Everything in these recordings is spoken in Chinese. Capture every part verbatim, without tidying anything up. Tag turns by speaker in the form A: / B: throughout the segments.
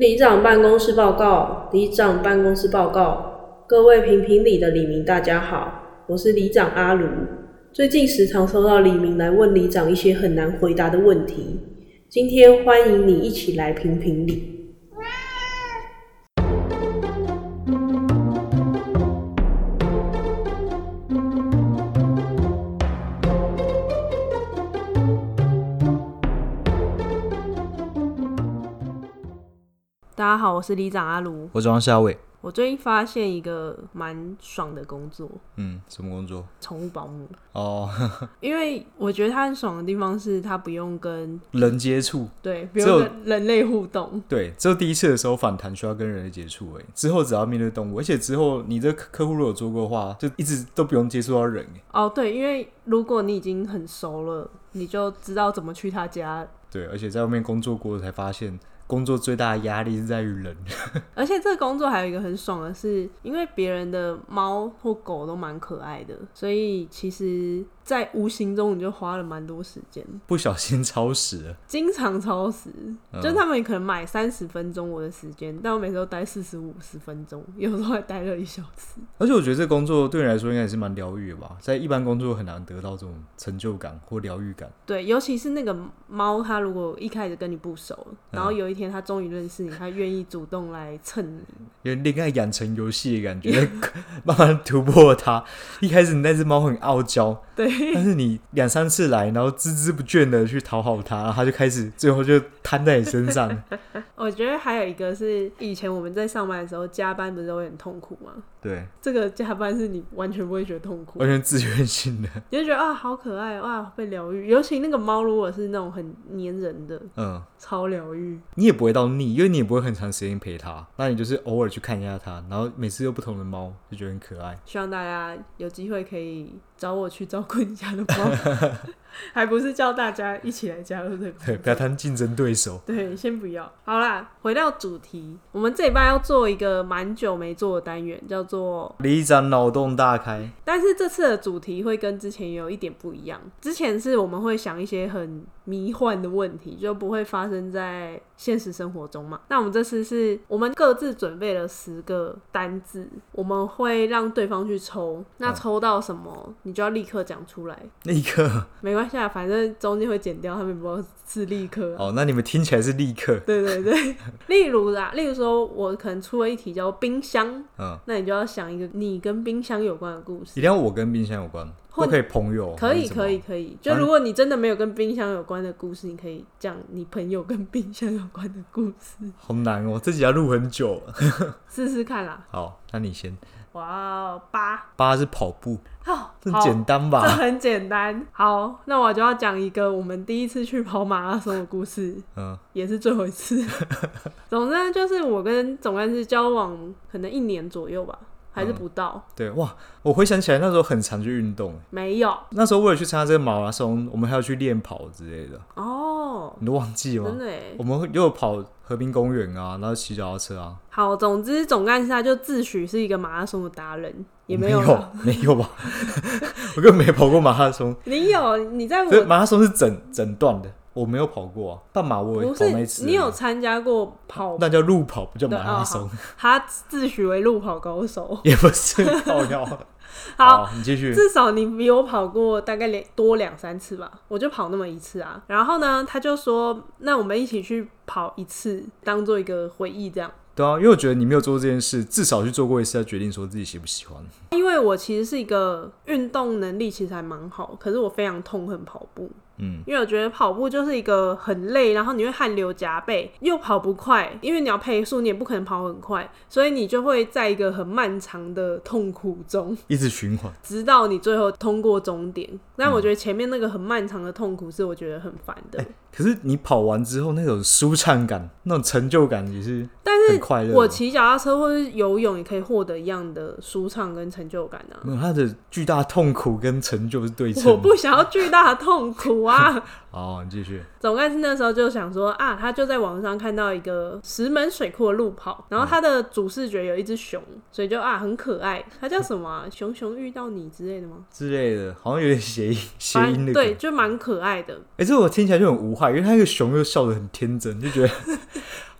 A: 里长办公室报告，里长办公室报告。各位评评理的里民大家好，我是里长阿卢。最近时常收到里民来问里长一些很难回答的问题，今天欢迎你一起来评评理。大家好，我是里长阿卢，
B: 我是夏伟。
A: 我最近发现一个蛮爽的工作。
B: 嗯，什么工作？
A: 宠物保姆。
B: 哦，
A: 因为我觉得它很爽的地方是它不用跟
B: 人接触，
A: 对，不用跟人类互动。
B: 对，只有第一次的时候反弹需要跟人类接触而已，之后只要面对动物，而且之后你这客户如果有做过的话，就一直都不用接触到人。
A: 哦，对，因为如果你已经很熟了，你就知道怎么去他家。
B: 对，而且在外面工作过才发现。工作最大的压力是在于人，
A: 而且这个工作还有一个很爽的是，因为别人的猫或狗都蛮可爱的，所以其实在无形中你就花了蛮多时间，
B: 不小心超时了，
A: 经常超时，
B: 嗯、
A: 就他们可能买三十分钟我的时间，但我每次都待四十五十分钟，有时候还待了一小时。
B: 而且我觉得这工作对你来说应该也是蛮疗愈的吧，在一般工作很难得到这种成就感或疗愈感。
A: 对，尤其是那个猫，它如果一开始跟你不熟，然后有一天它终于认识你，它愿意主动来蹭你，
B: 有点恋爱养成游戏的感觉，慢慢突破它。一开始你那只猫很傲娇，
A: 对，
B: 但是你两三次来，然后孜孜不倦的去讨好它，然后它就开始最后就瘫在你身上。
A: 我觉得还有一个是以前我们在上班的时候加班不是都会很痛苦吗？
B: 对，
A: 这个加班是你完全不会觉得痛苦，
B: 完全自愿性的，
A: 你就觉得啊好可爱哇，被疗愈。尤其那个猫如果是那种很黏人的，嗯，超疗愈。
B: 你也不会到腻，因为你也不会很长时间陪它，那你就是偶尔去看一下它，然后每次有不同的猫，就觉得很可爱。
A: 希望大家有机会可以找我去照顾你家的猫。还不是叫大家一起来加入这个，
B: 对，不要当竞争对手。
A: 对，先不要。好啦，回到主题，我们这礼拜要做一个蛮久没做的单元，叫做
B: 里长脑洞大开。
A: 但是这次的主题会跟之前有一点不一样。之前是我们会想一些很迷幻的问题，就不会发生在现实生活中嘛。那我们这次是我们各自准备了十个单字，我们会让对方去抽，那抽到什么，你就要立刻讲出来。
B: 立刻？
A: 没关系啊，反正中间会剪掉，他们不知道是立刻、啊。
B: 哦，那你们听起来是立刻。
A: 对对对，例如啦，例如说我可能出了一题叫冰箱，嗯，那你就要想一个你跟冰箱有关的故事。
B: 一定要我跟冰箱有关，不可以朋友？
A: 可以可以可以，就如果你真的没有跟冰箱有关的故事，你可以讲你朋友跟冰箱有关的故事。
B: 好难哦，自己要录很久。
A: 试试看啦。
B: 好，那你先。
A: 哇，八
B: 八是跑步。
A: 哦，
B: 这很简单吧？
A: 这很简单。好，那我就要讲一个我们第一次去跑马拉松的故事，嗯，也是最后一次。总之呢，就是我跟总干事交往可能一年左右吧。还是不到、嗯、
B: 对哇！我回想起来那时候很常去运动，
A: 没有。
B: 那时候为了去参加这个马拉松，我们还要去练跑之类的。
A: 哦，
B: 你都忘记了吗？
A: 真的耶！
B: 我们又有跑河滨公园啊，然后骑脚踏车啊。
A: 好，总之总干事他就自诩是一个马拉松的达人，也没有
B: 没有没有吧？我根本没跑过马拉松。
A: 你有？你在我
B: 马拉松是整整段的。我没有跑过啊，半马我也跑那次。
A: 你有参加过跑？
B: 那叫路跑，不叫马拉松。
A: 哦、他自诩为路跑高手，
B: 也不是跑腰。
A: 好，
B: 好，你继续。
A: 至少你比我跑过大概多两三次吧，我就跑那么一次啊。然后呢，他就说：“那我们一起去跑一次，当做一个回忆，这样。”
B: 对啊，因为我觉得你没有做这件事，至少去做过一次，要决定说自己喜不喜欢。
A: 因为我其实是一个运动能力其实还蛮好，可是我非常痛恨跑步。嗯，因为我觉得跑步就是一个很累，然后你会汗流浃背，又跑不快，因为你要配速，你也不可能跑很快，所以你就会在一个很漫长的痛苦中
B: 一直循环，
A: 直到你最后通过终点。但我觉得前面那个很漫长的痛苦是我觉得很烦的、欸。
B: 可是你跑完之后那种舒畅感，那种成就感也是很快乐的。
A: 但是我骑脚踏车或是游泳也可以获得一样的舒畅跟成就感啊。
B: 没有，它的巨大痛苦跟成就是对称的。
A: 我不想要巨大的痛苦啊。
B: 好，你继续。
A: 总干事那时候就想说啊，他就在网上看到一个石门水库的路跑，然后他的主视觉有一只熊，所以就啊很可爱。它叫什么、啊？熊熊遇到你之类的吗？
B: 之类的，好像有点谐音谐音的。
A: 对，就蛮可爱的。
B: 哎、欸，这我听起来就很无害，因为他那个熊又笑得很天真，就觉得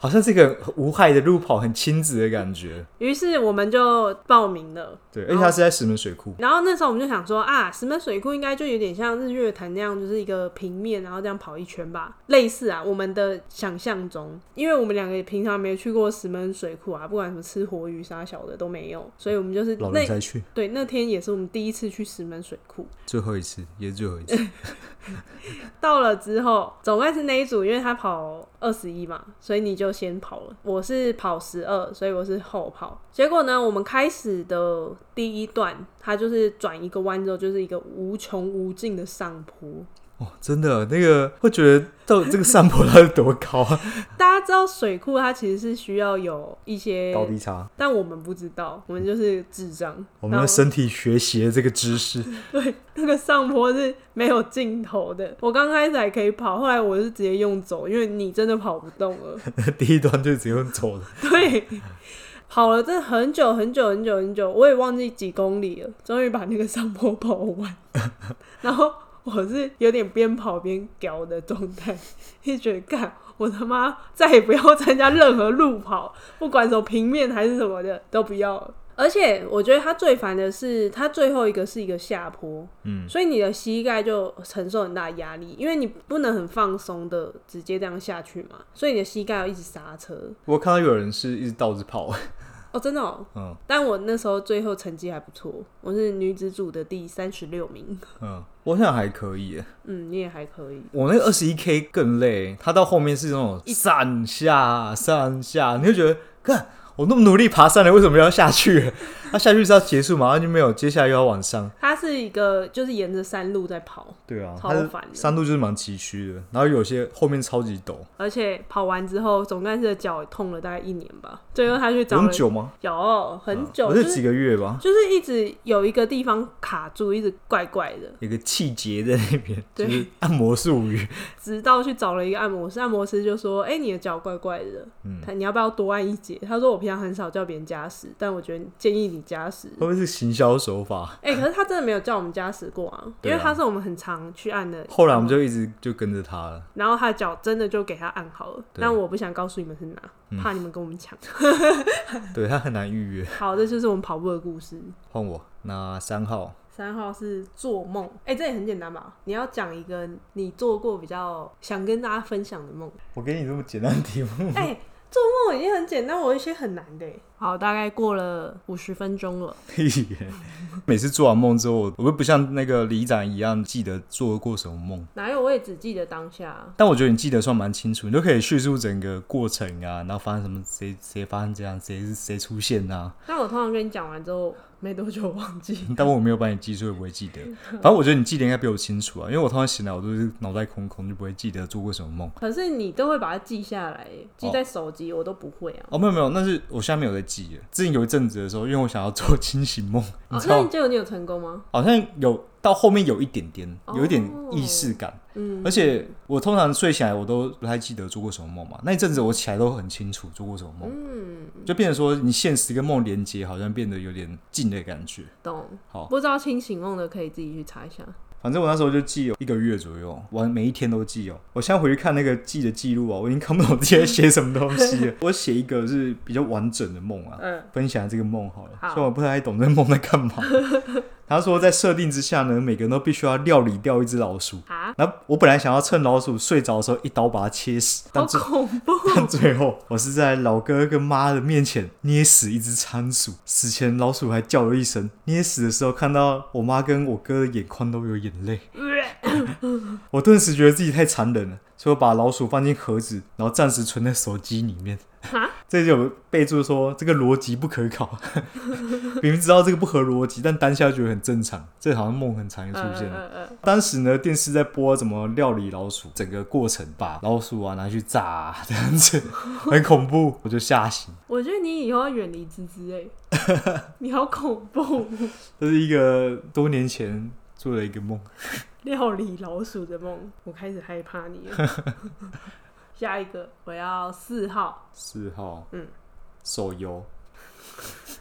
B: 好像是一个很无害的路跑，很亲子的感觉。
A: 于是我们就报名了。
B: 对，而且它是在石门水库。
A: 然后那时候我们就想说啊，石门水库应该就有点像日月潭那样，就是一个平面，然后这样跑一圈吧，类似啊，我们的想象中。因为我们两个平常没有去过石门水库啊，不管什么吃活鱼啥小的都没有，所以我们就是
B: 老人才去。
A: 对，那天也是我们第一次去石门水库，
B: 最后一次，也是最后一次。
A: 到了之后，总该是那一组，因为他跑二十一嘛，所以你就先跑了。我是跑十二，所以我是后跑。结果呢，我们开始的第一段，它就是转一个弯之后，就是一个无穷无尽的上坡。
B: 哦，真的，那个会觉得到底这个上坡它是多高啊？
A: 大家知道水库它其实是需要有一些
B: 高低差，
A: 但我们不知道，我们就是智障。
B: 我们的身体学习了这个知识。
A: 对，那个上坡是没有尽头的。我刚开始还可以跑，后来我是直接用走，因为你真的跑不动了。
B: 第一段就直接用走的。
A: 对。跑了真的很久很久很久很久，我也忘记几公里了，终于把那个上坡跑完。然后我是有点边跑边屌的状态，就觉得干我他妈再也不要参加任何路跑，不管什么平面还是什么的都不要了。而且我觉得他最烦的是，他最后一个是一个下坡，嗯，所以你的膝盖就承受很大的压力，因为你不能很放松的直接这样下去嘛，所以你的膝盖要一直刹车。
B: 我看到有人是一直倒着跑。
A: 哦，真的哦，嗯，但我那时候最后成绩还不错，我是女子组的第三十六名。
B: 嗯，我想还可以耶。
A: 嗯，你也还可以。
B: 我那个二十一 K 更累，它到后面是那种上下上下，你就觉得，看我那么努力爬山了，为什么要下去？它下去是要结束，马上就没有，接下来又要往上。
A: 它是一个就是沿着山路在跑，
B: 对啊，
A: 超烦的。
B: 山路就是蛮崎岖的，然后有些后面超级陡，
A: 而且跑完之后，总干事的脚痛了大概一年吧。最后他去找了，
B: 很久吗？
A: 有很久，
B: 我、啊、是几个月吧，
A: 就是一直有一个地方卡住，一直怪怪的，
B: 有个气结在那边，就是按摩术语。
A: 直到去找了一个按摩师，按摩师就说：“哎、欸，你的脚怪怪的，嗯，你要不要多按一节？”他说：“我平常很少叫别人加时，但我觉得建议你加时。”
B: 会不会是行销手法？
A: 哎、欸，可是他真的没有叫我们加时过啊，因为他是我们很常去按的。
B: 后来我们就一直就跟着他了，
A: 然后他的脚真的就给他按好了，但我不想告诉你们是哪，嗯、怕你们跟我们抢。
B: 对，他很难预约。
A: 好，这就是我们跑步的故事。
B: 换我，那三号。
A: 三号是做梦，哎、欸，这也很简单吧？你要讲一个你做过比较想跟大家分享的梦。
B: 我给你这么简单的题目。
A: 哎、欸，做梦已经很简单，我有一些很难的。好，大概过了五十分钟了。
B: 每次做完梦之后，我会不像那个里长一样记得做过什么梦。
A: 哪有？我也只记得当下。
B: 但我觉得你记得算蛮清楚，你就可以叙述整个过程啊，然后发生什么，谁谁发生这样，谁是谁出现啊。
A: 但我通常跟你讲完之后，没多久忘记。
B: 但我没有把你记，所以我不会记得。反正我觉得你记得应该比我清楚啊，因为我通常醒来我都是脑袋空空，就不会记得做过什么梦。
A: 可是你都会把它记下来，记在手机，哦、我都不会啊。
B: 哦，没有没有，那是我现在没有在记了。之前有一阵子的时候，因为我想要做清醒梦，
A: 哦，那结果你有成功吗？
B: 好像有到后面有一点点，有一点意识感。哦、嗯，而且我通常睡起来我都不太记得做过什么梦嘛。那一阵子我起来都很清楚做过什么梦，嗯，就变成说你现实跟梦连接，好像变得有点近的感觉。
A: 懂。好，不知道清醒梦的可以自己去查一下。
B: 反正我那时候就记有一个月左右，我每一天都记哦。我现在回去看那个记的记录啊，我已经看不懂这些写什么东西了。我写一个是比较完整的梦啊，嗯、分享这个梦好了。好，虽然我不太懂这个梦在干嘛。他说在设定之下呢，每个人都必须要料理掉一只老鼠。啊！然后我本来想要趁老鼠睡着的时候一刀把它切死，
A: 好恐怖！
B: 但最后我是在老哥跟妈的面前捏死一只仓鼠。死前老鼠还叫了一声，捏死的时候看到我妈跟我哥的眼眶都有眼泪。我顿时觉得自己太残忍了，所以我把老鼠放进盒子，然后暂时存在手机里面。这就有备注说这个逻辑不可考。明明知道这个不合逻辑，但当下觉得很正常。这好像梦很常就出现了。呃呃呃当时呢，电视在播怎么料理老鼠，整个过程把老鼠啊拿去炸、啊，这样子很恐怖，我就吓醒。
A: 我觉得你以后要远离芝芝哎，你好恐怖。
B: 这是一个多年前做的一个梦，
A: 料理老鼠的梦，我开始害怕你了。下一个我要四号。
B: 四号，嗯，手游。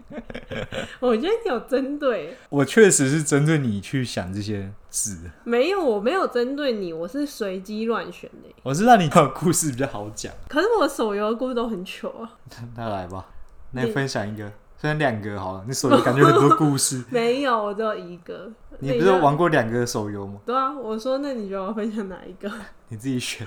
A: 我觉得你有针对，
B: 我确实是针对你去想这些字，
A: 没有，我没有针对你，我是随机乱选的。
B: 我是让你有故事比较好讲。
A: 可是我手游的故事都很糗啊。
B: 那来吧，那你分享一个，虽然两个好了，你手游感觉很多故事。
A: 没有，我只有一个。
B: 你不是玩过两个手游吗？
A: 对啊，我说那你觉得我分享哪一个？
B: 你自己选。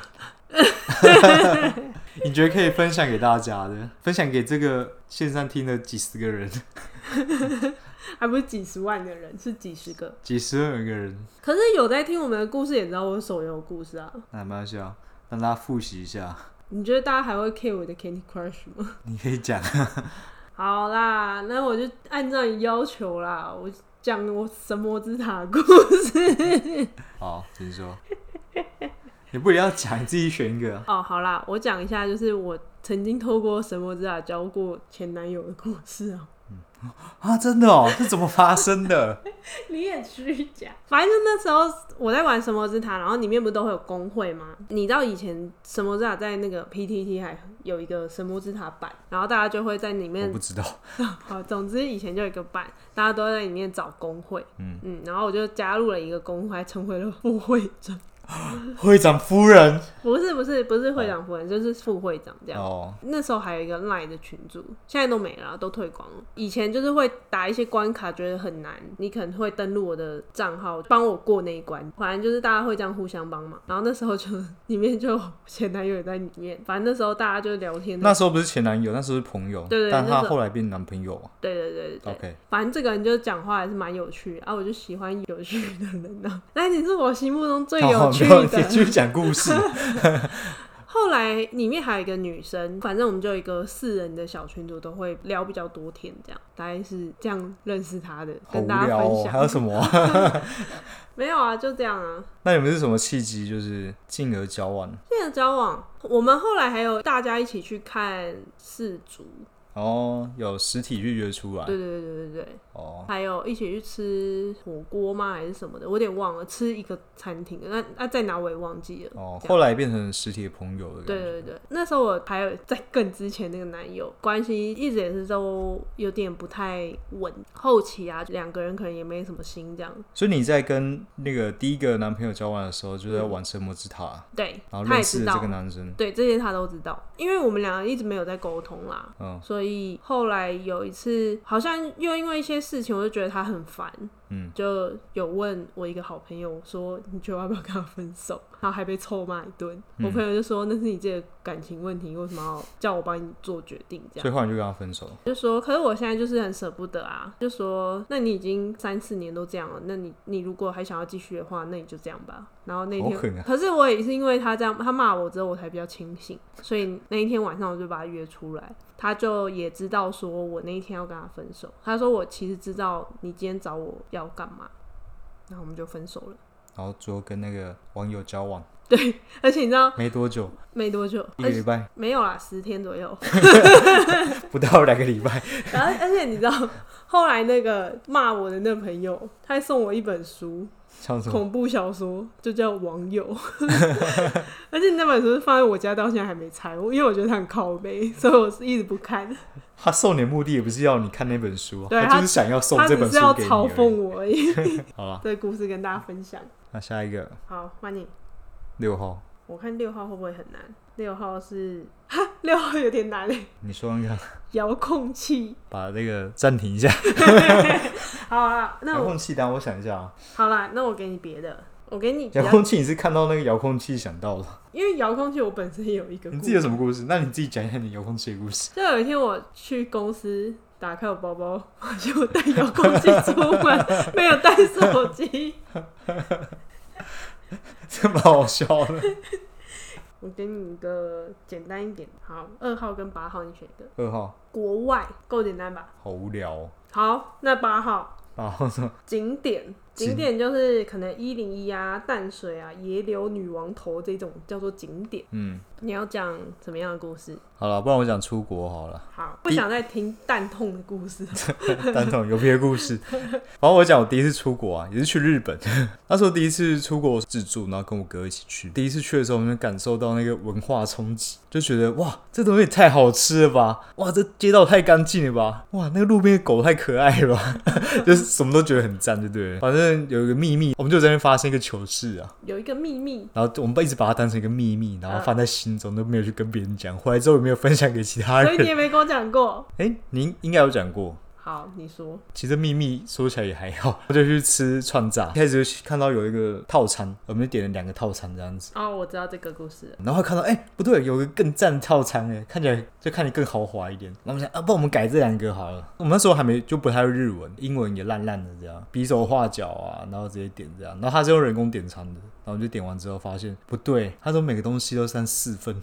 B: 你觉得可以分享给大家的，分享给这个线上听的几十个人，
A: 还不是几十万的人，是几十个，
B: 几十万个人。
A: 可是有在听我们的故事，也知道我手游的故事啊。
B: 那没关系啊，让大家复习一下。
A: 你觉得大家还会 care 我的 Candy Crush 吗？
B: 你可以讲。
A: 好啦，那我就按照你要求啦，我讲我神魔之塔的故事。
B: 好，请说。你不一定要讲，你自己选一个、啊。
A: 哦，好啦，我讲一下，就是我曾经透过神魔之塔交过前男友的故事啊。
B: 嗯、啊，真的哦，这怎么发生的？
A: 你也虚假。反正就那时候我在玩神魔之塔，然后里面不是都会有公会吗？你知道以前神魔之塔在那个 P T T 还有一个神魔之塔版，然后大家就会在里面。
B: 我不知道。
A: 好，总之以前就有一个版，大家都在里面找公会。嗯嗯，然后我就加入了一个公会，还成为了副会长。
B: 会长夫人
A: 不是不是不是会长夫人，哦、就是副会长这样。
B: 哦，
A: 那时候还有一个 LINE 的群组，现在都没了，都退光了。以前就是会打一些关卡，觉得很难，你可能会登录我的账号帮我过那一关，反正就是大家会这样互相帮忙。然后那时候就里面就前男友也在里面，反正那时候大家就聊天。
B: 那时候不是前男友，那时候是朋友，
A: 对 对, 对，
B: 但他后来变男朋友。
A: 对对对对对
B: ，OK。
A: 反正这个人就讲话还是蛮有趣的啊，我就喜欢有趣的人呢、啊。那你是我心目中最有趣的。
B: 你继续讲故事。
A: 后来里面还有一个女生，反正我们就有一个四人的小群组，都会聊比较多天，这样大概是这样认识她的，跟大家分享。
B: 好无聊哦，还有什么、
A: 啊？没有啊，就这样啊。
B: 那你们是什么契机，就是进而交往？
A: 进而交往，我们后来还有大家一起去看世足。
B: 哦，有实体去约出来。
A: 对对对对对对。
B: 哦，
A: 还有一起去吃火锅吗？还是什么的？我有点忘了，吃一个餐厅，那那在哪我也忘记了。
B: 哦，后来变成实体的朋友了。
A: 对对对，那时候我还有在更之前那个男友关系一直也是都有点不太稳，后期啊两个人可能也没什么心这样。
B: 所以你在跟那个第一个男朋友交往的时候，就在玩神魔之塔、嗯。
A: 对，
B: 然后认识了这个男生。
A: 对，这些他都知道，因为我们两个一直没有在沟通啦。嗯，所以。所以后来有一次，好像又因为一些事情，我就觉得他很烦，嗯，就有问我一个好朋友说：“你觉得我要不要跟他分手？”然后还被臭骂一顿。嗯、我朋友就说：“那是你自己的感情问题，为什么要叫我帮你做决定？”这样，
B: 所以后来就跟他分手。
A: 就说：“可是我现在就是很舍不得啊。”就说：“那你已经三四年都这样了，那你你如果还想要继续的话，那你就这样吧。”然后那天，
B: 好狠啊、
A: 可是我也是因为他这样，他骂我之后，我才比较清醒，所以那一天晚上我就把他约出来。他就也知道说我那一天要跟他分手，他说我其实知道你今天找我要干嘛，然后我们就分手了。
B: 然后最后跟那个网友交往，
A: 对，而且你知道
B: 没多久，
A: 没多久，
B: 一个礼拜
A: 没有啦，十天左右，
B: 不到两个礼拜。
A: 然后而且你知道后来那个骂我的那个朋友，他还送我一本书。恐怖小说就叫《网友》，而且那本书放在我家到现在还没拆，因为我觉得它很靠北，所以我是一直不看。
B: 他送你的目的也不是要你看那本书，
A: 对，
B: 他就是想要送这本书给你，
A: 他只是要嘲讽我而已。
B: 好了，
A: 这个故事跟大家分享。
B: 那下一个，
A: 好，换你。
B: 六号，我
A: 看六号会不会很难？六号是哈，六号有点难诶。
B: 你说看看。
A: 遥控器。
B: 把那个暂停一下。
A: 好啦，那
B: 遥控器，等一下我想一下啊。
A: 好啦，那我给你别的，我给你
B: 遥控器。你是看到那个遥控器想到的？
A: 因为遥控器我本身也有一个故事。
B: 你自己有什么故事？那你自己讲一下你遥控器的故事。
A: 就有一天我去公司，打开我包包，发现我带遥控器出门，没有带手机。
B: 这蛮好笑的。
A: 我给你一个简单一点，好，二号跟八号你选一个。
B: 二号。
A: 国外够简单吧？
B: 好无聊哦。
A: 好，那八号。
B: 八号什么？
A: 景点。 景点就是可能一零一啊、淡水啊、野柳女王头这种叫做景点。嗯，你要讲怎么样的故事？
B: 好了，不然我讲出国好了。
A: 好，不想再听蛋痛的故事。
B: 蛋痛有别的故事。反正我讲我第一次出国啊，也是去日本。那时候第一次出国自助，然后跟我哥一起去。第一次去的时候，我们感受到那个文化冲击，就觉得哇，这东西也太好吃了吧！哇，这街道太干净了吧！哇，那个路边的狗太可爱了吧！就是什么都觉得很赞，就对了。反正有一个秘密，我们就在那边发生一个糗事啊。
A: 有一个秘密，
B: 然后我们一直把它当成一个秘密，然后放在心中，都没有去跟别人讲。回来之后也没有分享给其他人。
A: 所以你也没跟我讲过。
B: 哎、欸，你应该有讲过。
A: 好，你说。
B: 其实秘密说起来也还好，我就去吃串炸，一开始就看到有一个套餐，我们就点了两个套餐这样子。
A: 哦，我知道这个故事了。
B: 然后看到哎、欸，不对，有个更赞的套餐哎，看起来就看起来更豪华一点。然后我们想啊，不然我们改这两个好了。我们那时候还没就不太会日文，英文也烂烂的这样，比手画脚啊，然后直接点这样。然后他是用人工点餐的，然后我就点完之后发现不对，他说每个东西都算四份，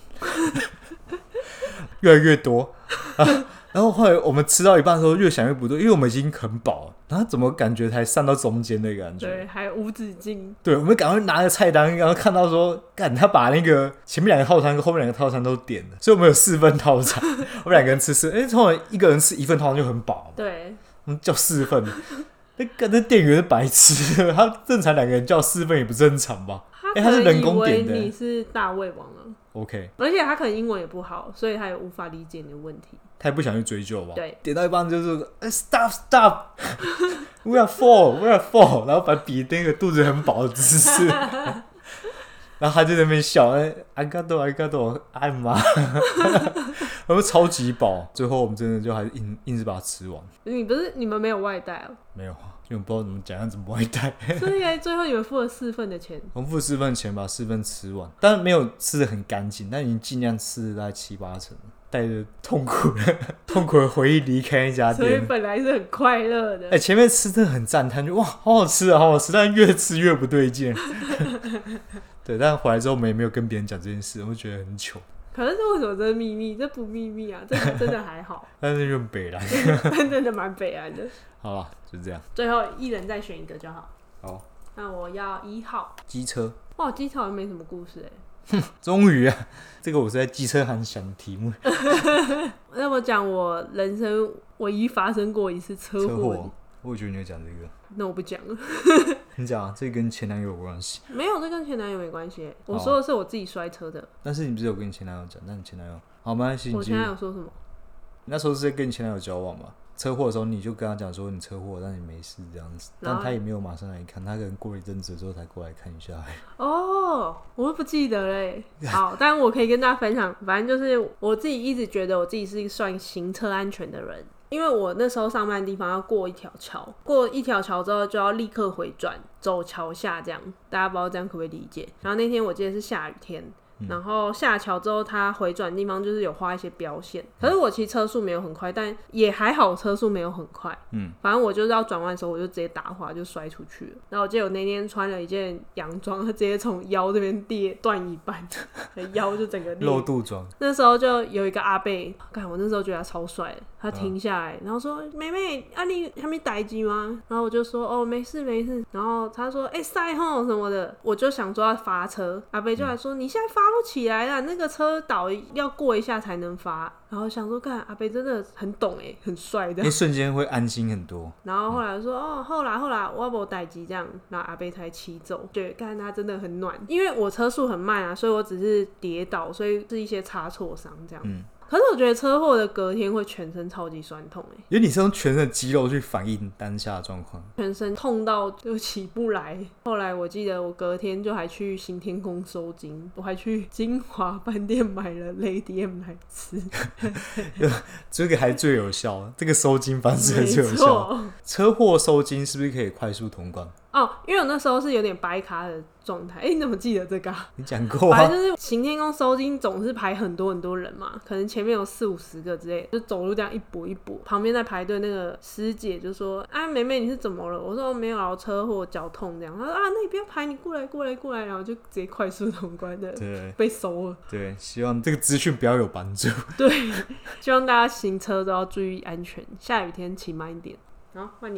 B: 越来越多。啊然后后来我们吃到一半的时候，越想越不对，因为我们已经很饱了，然后怎么感觉才散到中间的感觉？
A: 对，还有无止境。
B: 对，我们赶快拿着菜单，然后看到说，干他把那个前面两个套餐跟后面两个套餐都点了，所以我们有四份套餐，我们两个人吃四，哎，通常一个人吃一份套餐就很饱。
A: 对，
B: 我们叫四份，那跟那店员是白痴，他正常两个人叫四份也不正常吧？哎，他是人工点的。
A: 他以为你是大胃王啊。
B: OK，
A: 而且他可能英文也不好，所以他也无法理解你的问题。
B: 他也不想去追究吧？
A: 对，
B: 点到一半就是、欸、stop stop， we are full we are full， 然后把比那个肚子很饱的姿势，然后他就在那边笑，哎，ありがとうありがとう，哎妈，我们超级饱，最后我们真的就还是硬硬是把它吃完。
A: 你不是你们没有外带哦？
B: 没有。因为我不知道怎么讲，要怎么外带。
A: 所以最后你们付了四份的钱。
B: 我们付四份钱把四份吃完，但没有吃的很干净，但已经尽量吃了大概七八成，带着痛苦的痛苦的回忆离开那家店。
A: 所以本来是很快乐的。
B: 哎、欸，前面吃真的很赞叹，就哇，好好吃啊，好好吃，但越吃越不对劲。对，但回来之后我们也没有跟别人讲这件事，我就觉得很糗。
A: 可是为什么这是秘密？这不秘密啊，这真的还好。
B: 但是就北蓝，
A: 但真的蛮北蓝的。
B: 好了，就这样。
A: 最后一人再选一个就好。
B: 好，
A: 那我要一号。
B: 机车。
A: 哇，机车好像没什么故事哎。
B: 哼，终于啊，这个我是在机车行想的题目。
A: 那我讲我人生唯一发生过一次车祸。车祸，
B: 我觉得你会讲这个。
A: 那我不讲了。
B: 你讲啊，这跟前男友有关系？
A: 没有，这跟前男友没关系。我说的是我自己摔车的。
B: 但是你不是有跟你前男友讲？那你前男友好没关系。
A: 我前男友说什么？
B: 那时候是在跟你前男友交往嘛？车祸的时候你就跟他讲说你车祸，但你没事这样子，但他也没有马上来看，他可能过了一阵子之后才过来看一下。
A: 哦，我都不记得嘞。好，但我可以跟大家分享，反正就是我自己一直觉得我自己是一个算行车安全的人。因为我那时候上班的地方要过一条桥，过一条桥之后就要立刻回转走桥下，这样大家不知道这样可不可以理解？然后那天我记得是下雨天，然后下桥之后它回转的地方就是有画一些标线，可是我其实车速没有很快，但也还好车速没有很快，嗯，反正我就是要转弯的时候我就直接打滑就摔出去了。然后我记得我那天穿了一件洋装，它直接从腰这边跌断一半，腰就整个裂
B: 露肚装。那
A: 时候就有一个阿伯，看我那时候觉得他超帅的，他停下来，然后说：“妹妹，啊你还没代志吗？”然后我就说：“哦，没事没事。”然后他说：“哎、欸，塞吼什么的。”我就想说要发车，阿伯就来说：“嗯、你现在发不起来啦，那个车倒要过一下才能发。”然后想说，看阿伯真的很懂哎，很帅的，
B: 一瞬间会安心很多。
A: 然后后来说：“嗯、哦，后来后来我没代志这样。”然后阿伯才骑走，觉得看他真的很暖，因为我车速很慢啊，所以我只是跌倒，所以是一些擦挫伤这样。嗯。可是我觉得车祸的隔天会全身超级酸痛欸，
B: 因为你是用全身的肌肉去反映当下的状况，
A: 全身痛到就起不来。后来我记得我隔天就还去行天宫收金，我还去金华饭店买了 Lady M 来吃。
B: 这个还最有效，这个收金方式还最有效。车祸收金是不是可以快速通关？
A: 哦，因为我那时候是有点白卡的状态。哎、欸，你怎么记得这个、啊？
B: 你讲过啊。
A: 反正就是行天宫收金总是排很多很多人嘛，可能前面有四五十个之类的，就走路这样一补一补。旁边在排队那个师姐就说：“啊，妹妹你是怎么了？”我说：“没有啊，车祸脚痛这样。”她说：“啊，那你不要排，你过来过来过来。”然后就直接快速通关的，对，被收了。
B: 对，希望这个资讯不要有帮助。
A: 对，希望大家行车都要注意安全，下雨天骑慢一点。好，换你。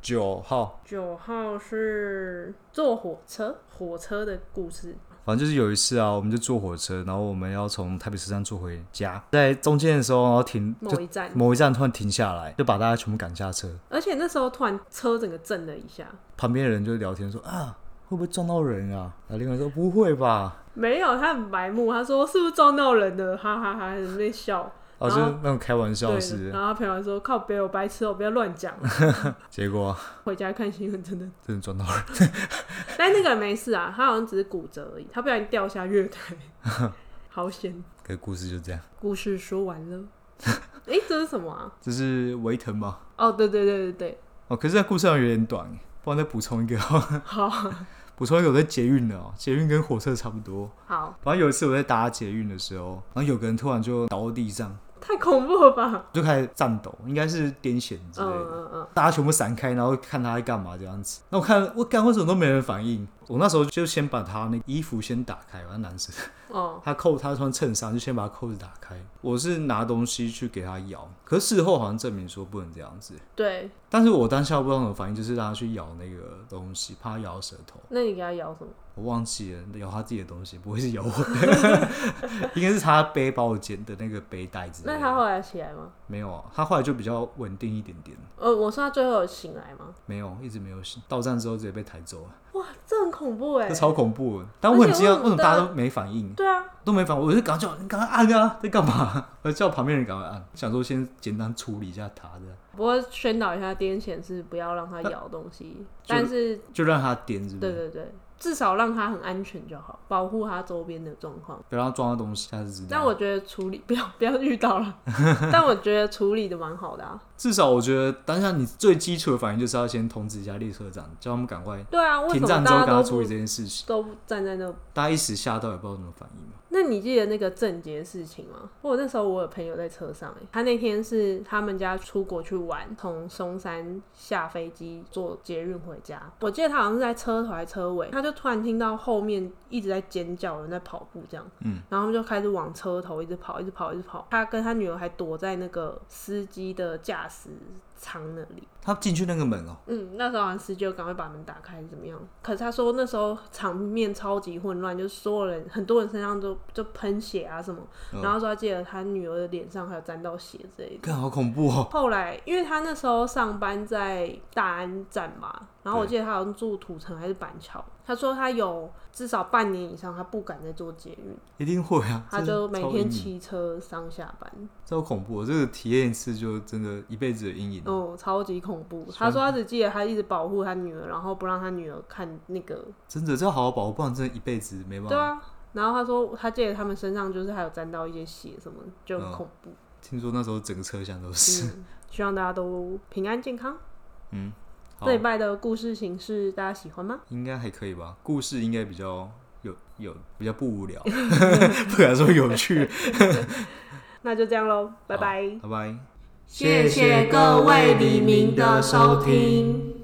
B: 九号，
A: 九号是坐火车，火车的故事。
B: 反正就是有一次啊，我们就坐火车，然后我们要从台北车站坐回家，在中间的时候，然后停
A: 某一站，
B: 某一站突然停下来，就把大家全部赶下车。
A: 而且那时候突然车整个震了一下，
B: 旁边的人就聊天说啊，会不会撞到人啊？然后另外说不会吧，
A: 没有，他很白目，他说是不是撞到人了？哈哈哈，在那边笑。
B: 哦，就是那种开玩笑式。
A: 然后他朋友说：“靠北，我白痴哦，不要乱讲。”
B: 结果
A: 回家看新闻，真的
B: 真的撞到人。
A: 但那个人没事啊，他好像只是骨折而已，他不小心掉下月台，好险。
B: 可故事就这样。
A: 故事说完了。哎、欸，这是什么啊？
B: 这是维腾吧？
A: 哦，对对对对对。
B: 哦，可是在故事上有点短，不然再补充一个。
A: 好。
B: 补充一个，我在捷运的哦，捷运跟火车差不多。
A: 好。
B: 反正有一次我在搭捷运的时候，然后有个人突然就倒到地上。
A: 太恐怖了吧！
B: 就开始颤抖，应该是癫痫之类的。嗯嗯嗯。大家全部闪开，然后看他在干嘛这样子。那我看我干为什么都没人反应？我那时候就先把他那个衣服先打开，我是男生。哦。他扣他穿衬衫，就先把他扣子打开。我是拿东西去给他咬，可是事后好像证明说不能这样子。
A: 对。但
B: 是我当下不知道什么反应，就是让他去咬那个东西，怕他咬到舌头。
A: 那你给他咬什么？
B: 我忘记了，咬他自己的东西，不会是咬我的。应该是他背包捡的那个背带之类的。
A: 那他后来起来吗？
B: 没有啊，他后来就比较稳定一点点。
A: 呃，我说他最后有醒来吗？
B: 没有，一直没有醒。到站之后直接被抬走了。
A: 哇，这很恐怖哎！
B: 这超恐怖的。但我很惊讶，为什么大家都没反应？
A: 对啊，
B: 都没反应。我就赶快叫你赶快按啊，在干嘛？我叫旁边人赶快按，想说先简单处理一下他的。
A: 不过宣导一下癫痫是不要让他咬东西，但是
B: 就让他颠，是不是？
A: 对对对。至少让他很安全就好，保护他周边的状况，
B: 不要让他撞到东西，下次知道。
A: 但我觉得处理不要不要遇到了，但我觉得处理的蛮好的啊。
B: 至少我觉得当下你最基础的反应就是要先通知一下列车长，叫他们赶快
A: 对啊，
B: 停站之后赶快处理这件事情。
A: 都站在那，
B: 大家一时吓到也不知道怎么反应嘛。
A: 那你记得那个郑捷的事情吗？我那时候我有朋友在车上、欸，他那天是他们家出国去玩，从松山下飞机坐捷运回家。我记得他好像是在车头还车尾，他就突然听到后面一直在尖叫，有人在跑步这样，嗯，然后他们就开始往车头一直跑，一直跑，一直跑。他跟他女儿还躲在那个司机的驾驶舱那里。
B: 他进去那个门哦、
A: 嗯，那时候好像司机就赶快把门打开，怎么样？可是他说那时候场面超级混乱，就是所有人很多人身上都就喷血啊什么，嗯、然后说他记得他女儿的脸上还有沾到血之类的。
B: 看好恐怖哦！
A: 后来因为他那时候上班在大安站嘛，然后我记得他好像住土城还是板桥，他说他有至少半年以上他不敢再坐捷运。
B: 一定会啊！
A: 他就每天骑车上下班。
B: 这好恐怖、哦！这个体验一次就真的一辈子的阴影。
A: 哦，超级恐怖。他说他只记得他一直保护他女儿，然后不让他女儿看那个。
B: 真的，这要好好保护，不然真的一辈子没办法。
A: 对啊。然后他说他记得他们身上就是还有沾到一些血什么，就很恐怖。嗯、
B: 听说那时候整个车厢都是、
A: 嗯。希望大家都平安健康。
B: 嗯。
A: 这礼拜的故事形式大家喜欢吗？
B: 应该还可以吧。故事应该比较有有比较不无聊，不敢说有趣。
A: 那就这样咯，拜拜，
B: 拜拜。
A: 谢谢各位黎明的收听。